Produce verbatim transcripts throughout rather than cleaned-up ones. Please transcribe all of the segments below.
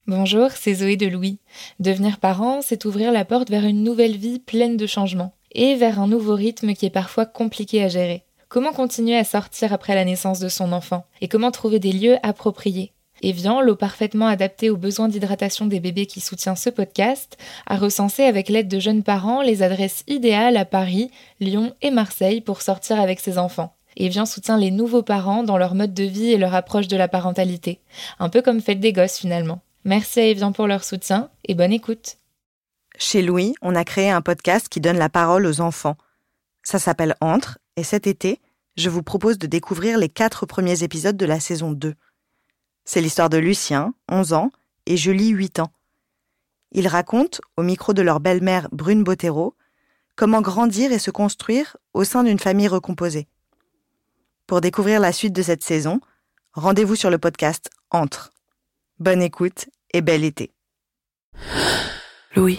Bonjour, c'est Zoé de Louis. Devenir parent, c'est ouvrir la porte vers une nouvelle vie pleine de changements et vers un nouveau rythme qui est parfois compliqué à gérer. Comment continuer à sortir après la naissance de son enfant et comment trouver des lieux appropriés? Evian, l'eau parfaitement adaptée aux besoins d'hydratation des bébés qui soutient ce podcast, a recensé avec l'aide de jeunes parents les adresses idéales à Paris, Lyon et Marseille pour sortir avec ses enfants. Evian soutient les nouveaux parents dans leur mode de vie et leur approche de la parentalité. Un peu comme Fête des Gosses finalement. Merci à Evian pour leur soutien et bonne écoute. Chez Louis, on a créé un podcast qui donne la parole aux enfants. Ça s'appelle Entre, et cet été, je vous propose de découvrir les quatre premiers épisodes de la saison deux. C'est l'histoire de Lucien, onze ans, et Julie, huit ans. Ils racontent, au micro de leur belle-mère Brune Bottero, comment grandir et se construire au sein d'une famille recomposée. Pour découvrir la suite de cette saison, rendez-vous sur le podcast Entre. Bonne écoute et bel été. Louis.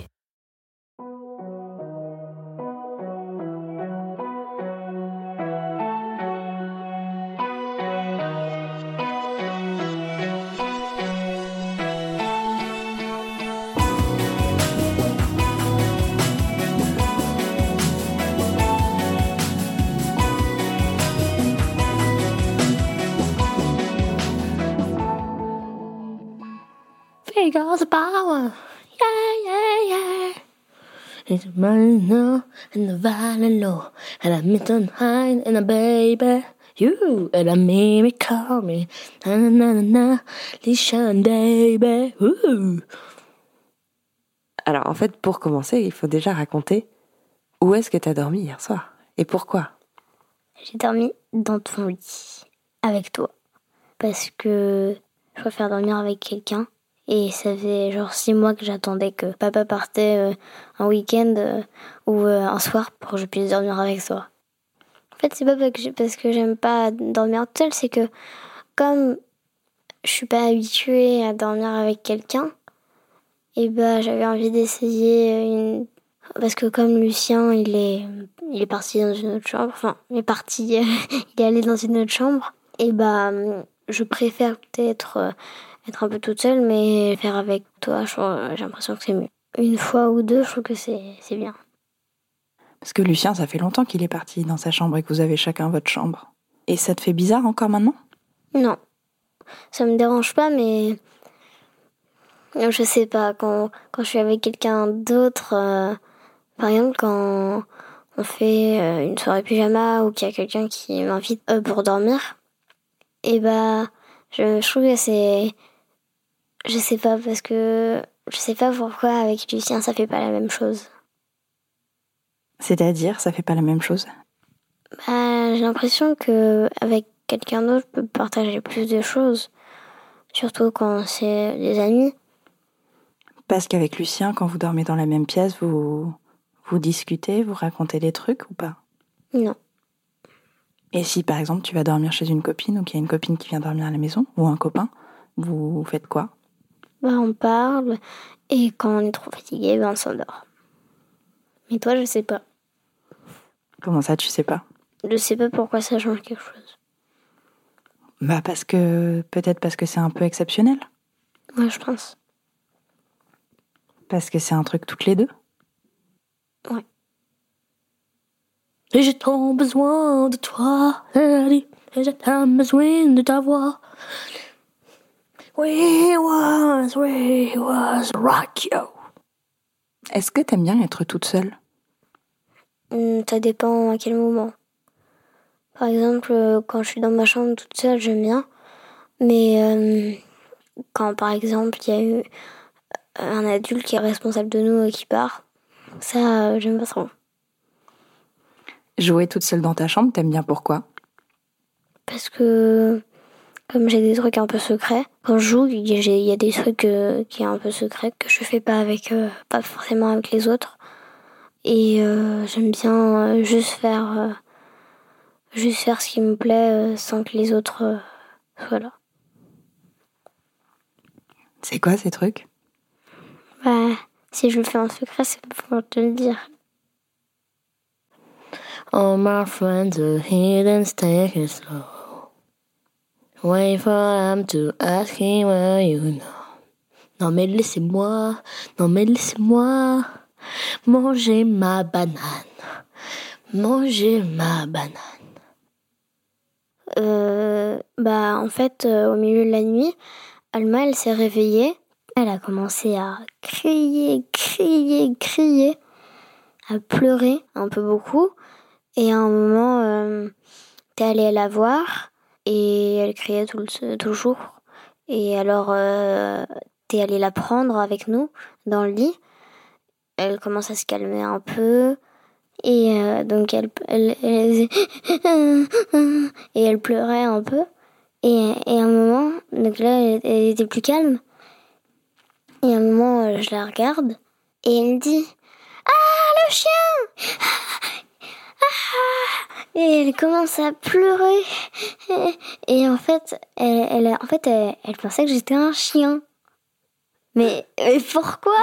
Figures of power, yeah, yeah, yeah. It's running now and the violin low, and I'm midnight high and a baby, you and I made me call me, na na na na na, Lishan baby, ooh. Alors en fait, pour commencer, il faut déjà raconter où est-ce que t'as dormi hier soir et pourquoi. J'ai dormi dans ton lit avec toi parce que je préfère dormir avec quelqu'un. Et ça fait genre six mois que j'attendais que papa partait euh, un week-end euh, ou euh, un soir pour que je puisse dormir avec toi. En fait, c'est pas parce que j'aime pas dormir toute seule, c'est que comme je suis pas habituée à dormir avec quelqu'un, et bah j'avais envie d'essayer une... Parce que comme Lucien, il est, il est parti dans une autre chambre, enfin, il est parti, il est allé dans une autre chambre, et bah je préfère peut-être... Euh, être un peu toute seule, mais faire avec toi, j'ai l'impression que c'est mieux. Une fois ou deux, je trouve que c'est, c'est bien. Parce que Lucien, ça fait longtemps qu'il est parti dans sa chambre et que vous avez chacun votre chambre. Et ça te fait bizarre encore maintenant ? Non. Ça me dérange pas, mais... Je sais pas, quand, quand je suis avec quelqu'un d'autre, euh, par exemple, quand on fait euh, une soirée pyjama ou qu'il y a quelqu'un qui m'invite euh, pour dormir, et bah, je, je trouve que c'est... Je sais pas, parce que je sais pas pourquoi avec Lucien ça fait pas la même chose. C'est-à-dire, ça fait pas la même chose ? Bah, j'ai l'impression que avec quelqu'un d'autre, je peux partager plus de choses. Surtout quand c'est des amis. Parce qu'avec Lucien, quand vous dormez dans la même pièce, vous, vous discutez, vous racontez des trucs ou pas ? Non. Et si par exemple tu vas dormir chez une copine ou qu'il y a une copine qui vient dormir à la maison, ou un copain, vous faites quoi ? Bah, on parle, et quand on est trop fatigué, bah, on s'endort. Mais toi, je sais pas. Comment ça, tu sais pas ? Je sais pas pourquoi ça change quelque chose. Bah parce que... Peut-être parce que c'est un peu exceptionnel. Ouais, je pense. Parce que c'est un truc toutes les deux. Ouais. Et j'ai tant besoin de toi, et j'ai tant besoin de ta voix. We was, we was rock you. Est-ce que t'aimes bien être toute seule ? Mmh, ça dépend à quel moment. Par exemple, quand je suis dans ma chambre toute seule, j'aime bien. Mais euh, quand par exemple il y a eu un adulte qui est responsable de nous et qui part, ça, euh, j'aime pas trop. Jouer toute seule dans ta chambre, t'aimes bien pourquoi ? Parce que comme j'ai des trucs un peu secrets, quand je joue, il y a des trucs euh, qui sont un peu secrets que je fais pas avec, euh, pas forcément avec les autres. Et euh, j'aime bien euh, juste faire, euh, juste faire ce qui me plaît euh, sans que les autres euh, soient là. C'est quoi ces trucs ? Bah, si je le fais en secret, c'est pour te le dire. All my friends are here and taking it slow. Wait for them to ask him where you know. Non mais laissez-moi, non mais laissez-moi manger ma banane, manger ma banane. Euh, bah en fait, euh, au milieu de la nuit, Alma, elle s'est réveillée. Elle a commencé à crier, crier, crier, à pleurer un peu beaucoup. Et à un moment, euh, t'es allée la voir et elle criait tout le, toujours. Et alors, euh, t'es allée la prendre avec nous dans le lit. Elle commence à se calmer un peu. Et euh, donc, elle, elle, elle, elle et elle pleurait un peu. Et, et à un moment, donc là, elle, elle était plus calme. Et à un moment, euh, je la regarde et elle dit « Ah, le chien !» Et elle commence à pleurer. Et, et en fait, elle, elle, en fait elle, elle pensait que j'étais un chien. Mais, mais pourquoi?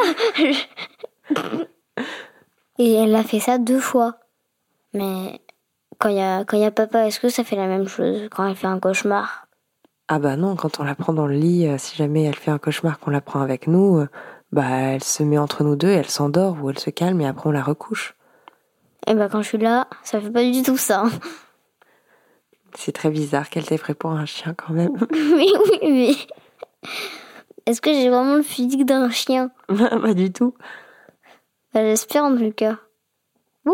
Et elle a fait ça deux fois. Mais quand il y a, quand il y a papa, est-ce que ça fait la même chose quand elle fait un cauchemar? Ah bah non, quand on la prend dans le lit, euh, si jamais elle fait un cauchemar qu'on la prend avec nous, euh, bah elle se met entre nous deux, elle s'endort ou elle se calme et après on la recouche. Et bah quand je suis là, ça fait pas du tout ça. C'est très bizarre qu'elle t'ait pris pour un chien quand même. Oui, oui, oui. Est-ce que j'ai vraiment le physique d'un chien? Pas du tout. Bah, j'espère en tout cas. Ouf.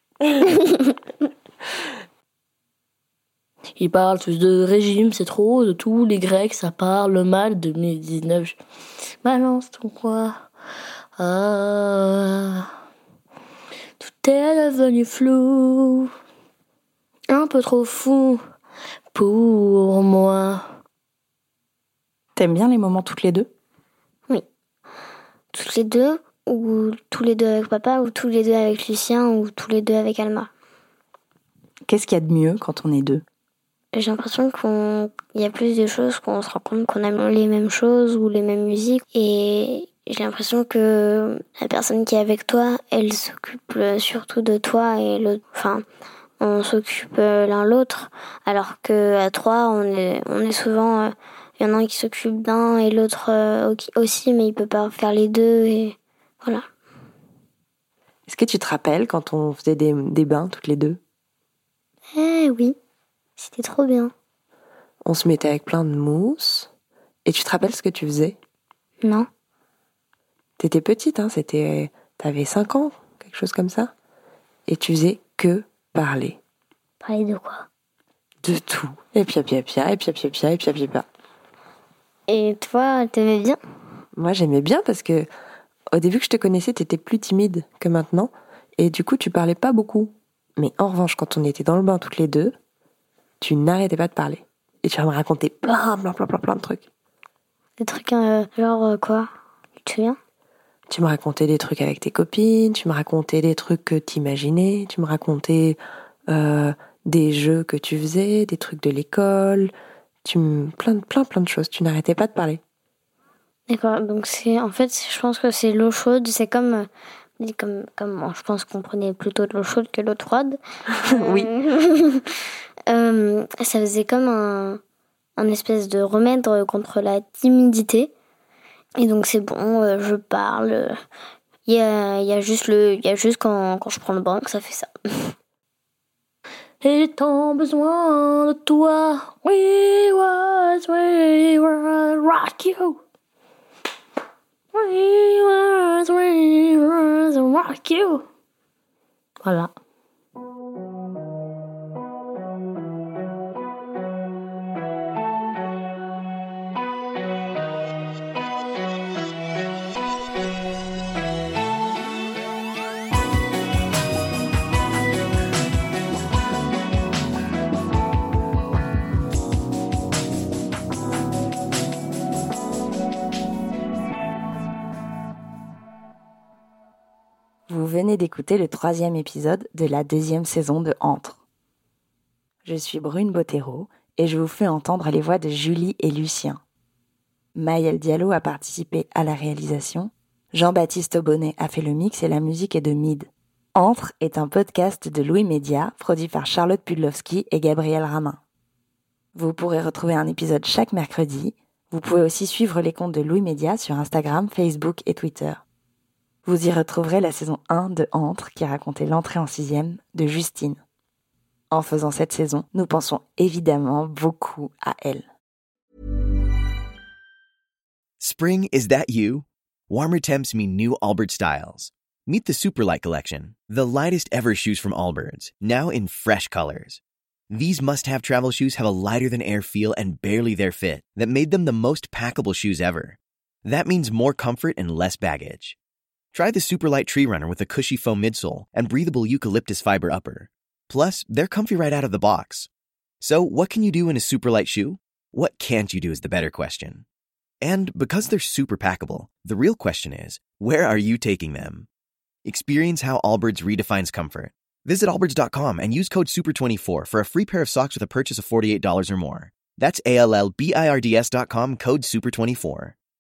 Ils parlent tous de régime, c'est trop, de tous les Grecs, ça parle mal. deux mille dix-neuf, balance ton quoi. Ah, tout est devenu flou, un peu trop fou pour moi. T'aimes bien les moments toutes les deux? Oui. Toutes les deux, ou tous les deux avec papa, ou tous les deux avec Lucien, ou tous les deux avec Alma. Qu'est-ce qu'il y a de mieux quand on est deux? J'ai l'impression qu'il y a plus de choses, qu'on se rend compte qu'on aime les mêmes choses ou les mêmes musiques. Et j'ai l'impression que la personne qui est avec toi, elle s'occupe surtout de toi et l'autre. Enfin, on s'occupe l'un l'autre. Alors qu'à trois, on est, on est souvent. Il y en a un qui s'occupe d'un et l'autre aussi, mais il peut pas faire les deux. Et voilà. Est-ce que tu te rappelles quand on faisait des, des bains toutes les deux? Eh oui. C'était trop bien. On se mettait avec plein de mousse. Et tu te rappelles ce que tu faisais? Non. T'étais petite, hein, c'était... T'avais cinq ans, quelque chose comme ça. Et tu faisais que parler. Parler de quoi? De tout. Et pia pia pia, et pia pia pia, et pia pia pia. Et toi, t'aimais bien? Moi, j'aimais bien parce que au début que je te connaissais, t'étais plus timide que maintenant. Et du coup, tu parlais pas beaucoup. Mais en revanche, quand on était dans le bain toutes les deux, tu n'arrêtais pas de parler. Et tu vas me raconter plein, plein, plein, plein, plein de trucs. Des trucs euh, genre euh, quoi? Tu te souviens? Tu me racontais des trucs avec tes copines, tu me racontais des trucs que t'imaginais, tu me racontais euh, des jeux que tu faisais, des trucs de l'école, tu me... plein, plein, plein de choses. Tu n'arrêtais pas de parler. D'accord, donc c'est... En fait, je pense que c'est l'eau chaude, c'est comme... Comme, comme bon, je pense qu'on prenait plutôt de l'eau chaude que l'eau froide. Oui. Euh, ça faisait comme un, un espèce de remède contre la timidité. Et donc c'est bon, euh, je parle. Il y a, il y a juste, le, il y a juste quand, quand je prends le bain que ça fait ça. Et tant besoin de toi, we was, we were rock you. We was, we was rock you. Voilà. Vous venez d'écouter le troisième épisode de la deuxième saison de Entre. Je suis Brune Bottero et je vous fais entendre les voix de Julie et Lucien. Maëlle Diallo a participé à la réalisation, Jean-Baptiste Aubonnet a fait le mix et la musique est de Mid. Entre est un podcast de Louis Média, produit par Charlotte Pudlowski et Gabriel Ramin. Vous pourrez retrouver un épisode chaque mercredi. Vous pouvez aussi suivre les comptes de Louis Média sur Instagram, Facebook et Twitter. Vous y retrouverez la saison un de Entre qui racontait l'entrée en sixième de Justine. En faisant cette saison, nous pensons évidemment beaucoup à elle. Spring, is that you? Warmer temps mean new Allbirds styles. Meet the Superlight Collection, the lightest ever shoes from Allbirds, now in fresh colors. These must-have travel shoes have a lighter-than-air feel and barely their fit that made them the most packable shoes ever. That means more comfort and less baggage. Try the Superlight Tree Runner with a cushy foam midsole and breathable eucalyptus fiber upper. Plus, they're comfy right out of the box. So, what can you do in a Superlight shoe? What can't you do is the better question. And because they're super packable, the real question is, where are you taking them? Experience how Allbirds redefines comfort. Visit allbirds dot com and use code super twenty-four for a free pair of socks with a purchase of forty-eight dollars or more. That's A L L B I R D S dot com, code super twenty-four.